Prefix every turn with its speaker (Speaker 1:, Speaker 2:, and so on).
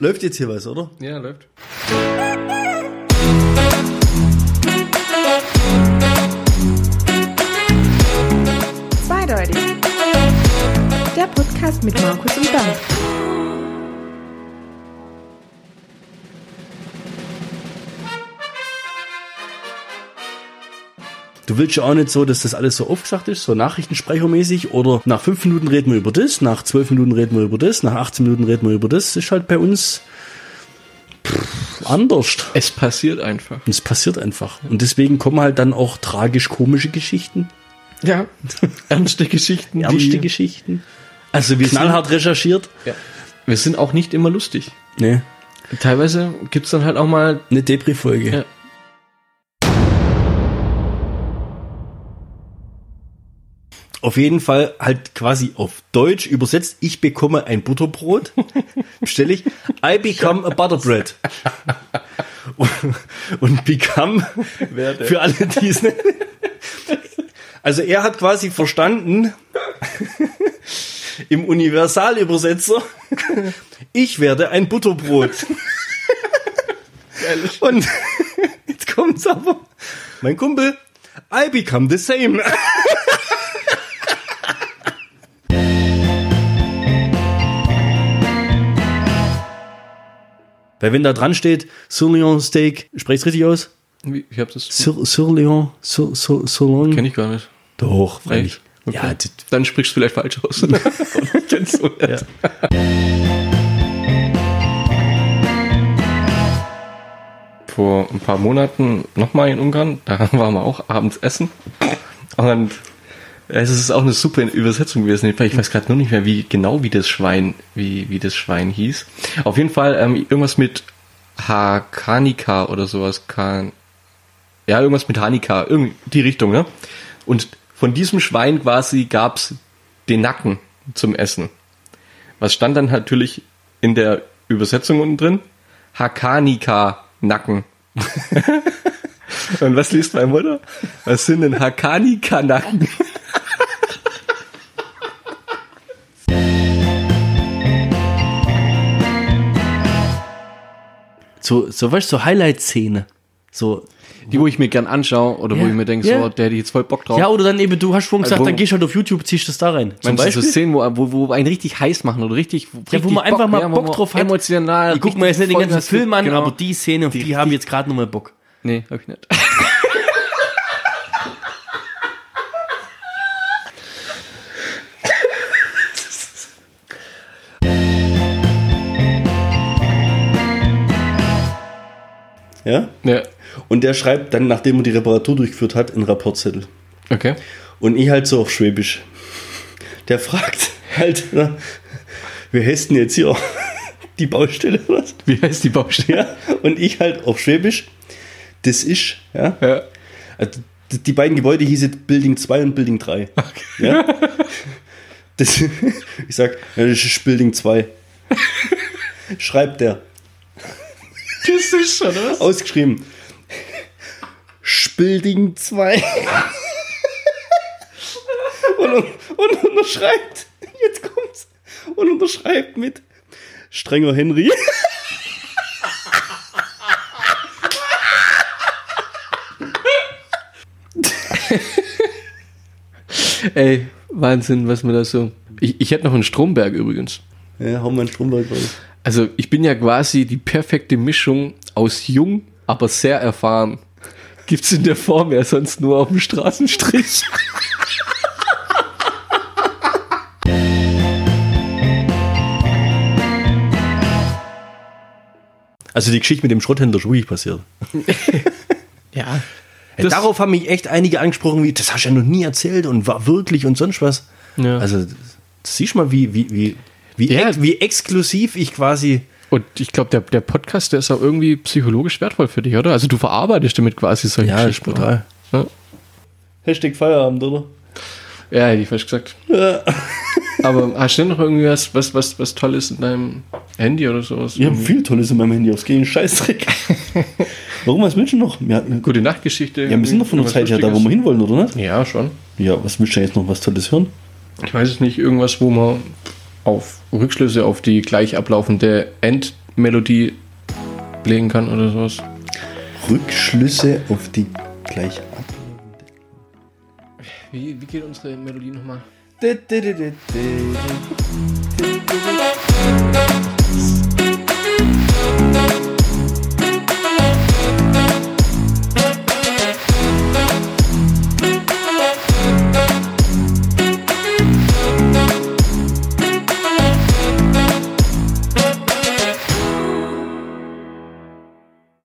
Speaker 1: Läuft jetzt hier was, oder?
Speaker 2: Ja, läuft.
Speaker 3: Zweideutig. Der Podcast mit Markus und Bernd.
Speaker 1: Du willst ja auch nicht so, dass das alles so aufgesagt ist, so nachrichtensprechermäßig, oder nach 5 Minuten reden wir über das, nach 12 Minuten reden wir über das, nach 18 Minuten reden wir über das. Das ist halt bei uns anders.
Speaker 2: Es passiert einfach.
Speaker 1: Und es passiert einfach. Und deswegen kommen halt dann auch tragisch-komische Geschichten.
Speaker 2: Ja, ernste Geschichten.
Speaker 1: Ernste Geschichten.
Speaker 2: Also wir
Speaker 1: knallhart recherchiert.
Speaker 2: Ja. Wir sind auch nicht immer lustig.
Speaker 1: Nee.
Speaker 2: Teilweise gibt's dann halt auch mal
Speaker 1: eine Depri-Folge.
Speaker 2: Ja.
Speaker 1: Auf jeden Fall halt quasi auf Deutsch übersetzt, ich bekomme ein Butterbrot, bestelle ich, I become a butterbread. Und become, für alle, die es nicht... Also er hat quasi verstanden, im Universalübersetzer, ich werde ein Butterbrot. Und jetzt kommt's aber, mein Kumpel, I become the same. Weil wenn da dran steht, Sirloin Steak, sprich's richtig aus?
Speaker 2: Wie? Ich hab das...
Speaker 1: Sirloin.
Speaker 2: Kenn ich gar nicht.
Speaker 1: Doch, freilich.
Speaker 2: Okay.
Speaker 1: Ja,
Speaker 2: dann sprichst du vielleicht falsch aus. Kennst du nicht.
Speaker 1: Ja.
Speaker 2: Vor ein paar Monaten nochmal in Ungarn, da waren wir auch abends essen. Und es ist auch eine super Übersetzung gewesen. Ich weiß gerade nur nicht mehr, wie das Schwein hieß. Auf jeden Fall irgendwas mit Hakanika oder sowas. Ja, irgendwas mit Hanika, irgendwie die Richtung, ne? Und von diesem Schwein quasi gab's den Nacken zum Essen. Was stand dann natürlich in der Übersetzung unten drin? Hakanika-Nacken. Und was liest meine Mutter? Was sind denn Hakanika-Nacken?
Speaker 1: So weißt du, so Highlight-Szene. So.
Speaker 2: Die, wo ich mir gern anschaue, oder wo ich mir denke, so, der hätte ich jetzt voll Bock drauf.
Speaker 1: Ja, oder dann eben, du hast vorhin gesagt, dann gehst du halt auf YouTube, ziehst das da rein.
Speaker 2: Zum Beispiel so Szenen, wo einen richtig heiß machen oder richtig
Speaker 1: wo man einfach mal Bock drauf hat.
Speaker 2: Emotional.
Speaker 1: Ich guck mir jetzt nicht den ganzen Film an,
Speaker 2: genau.
Speaker 1: aber die Szene, auf die haben jetzt gerade nochmal Bock.
Speaker 2: Nee, hab ich nicht.
Speaker 1: Ja?
Speaker 2: Ja.
Speaker 1: Und der schreibt dann, nachdem er die Reparatur durchgeführt hat, einen Rapportzettel.
Speaker 2: Okay.
Speaker 1: Und ich halt so auf Schwäbisch. Der fragt halt, na, wie heißt denn jetzt hier die Baustelle oder was?
Speaker 2: Wie heißt die Baustelle?
Speaker 1: Ja, und ich halt auf Schwäbisch, das ist, ja. Also, die beiden Gebäude hießen Building 2 und Building 3.
Speaker 2: Okay.
Speaker 1: Ja? Ich sag, ja, das ist Building 2. Schreibt der.
Speaker 2: Das ist schon was?
Speaker 1: Ausgeschrieben. Spilding 2. und unterschreibt, jetzt kommt's, und unterschreibt mit Strenger Henry.
Speaker 2: Ey, Wahnsinn, was man da so... Ich hätte noch einen Stromberg übrigens.
Speaker 1: Ja, haben wir einen Stromberg raus.
Speaker 2: Also ich bin ja quasi die perfekte Mischung aus jung, aber sehr erfahren. Gibt's in der Form ja sonst nur auf dem Straßenstrich.
Speaker 1: Also die Geschichte mit dem Schrotthändler ist ruhig passiert.
Speaker 2: Ja.
Speaker 1: Darauf haben mich echt einige angesprochen, wie, das hast du ja noch nie erzählt und war wirklich und sonst was.
Speaker 2: Ja.
Speaker 1: Also siehst du mal, wie exklusiv ich quasi...
Speaker 2: Und ich glaube, der Podcast, der ist auch irgendwie psychologisch wertvoll für dich, oder? Also du verarbeitest damit quasi solche
Speaker 1: Ja,
Speaker 2: Geschichten.
Speaker 1: ist brutal.
Speaker 2: Ja.
Speaker 1: Hashtag Feierabend, oder?
Speaker 2: Ja, hätte ich fast gesagt.
Speaker 1: Ja.
Speaker 2: Aber hast du denn noch irgendwie was Tolles in deinem Handy oder sowas?
Speaker 1: Ich habe viel Tolles in meinem Handy, aufs gegen Scheißdreck. Warum, was willst du noch? Wir hatten
Speaker 2: Gute Nachtgeschichte.
Speaker 1: Ja, wir sind noch von der Zeit her da, wo wir hinwollen, oder nicht?
Speaker 2: Ja, schon.
Speaker 1: Ja, was willst du jetzt noch was Tolles hören?
Speaker 2: Ich weiß es nicht, irgendwas, wo man auf Rückschlüsse auf die gleich ablaufende Melodie legen kann oder sowas.
Speaker 1: Rückschlüsse auf die gleich ab.
Speaker 2: Wie geht unsere Melodie nochmal?